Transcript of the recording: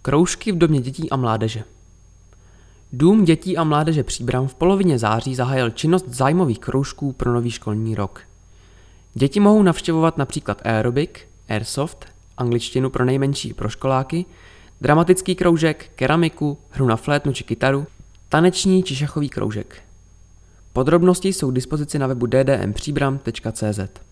Kroužky v domě dětí a mládeže. Dům dětí a mládeže Příbram v polovině září zahájil činnost zájmových kroužků pro nový školní rok. Děti mohou navštěvovat například aerobik, airsoft, angličtinu pro nejmenší pro školáky, dramatický kroužek, keramiku, hru na flétnu či kytaru, taneční či šachový kroužek. Podrobnosti jsou k dispozici na webu ddmpříbram.cz.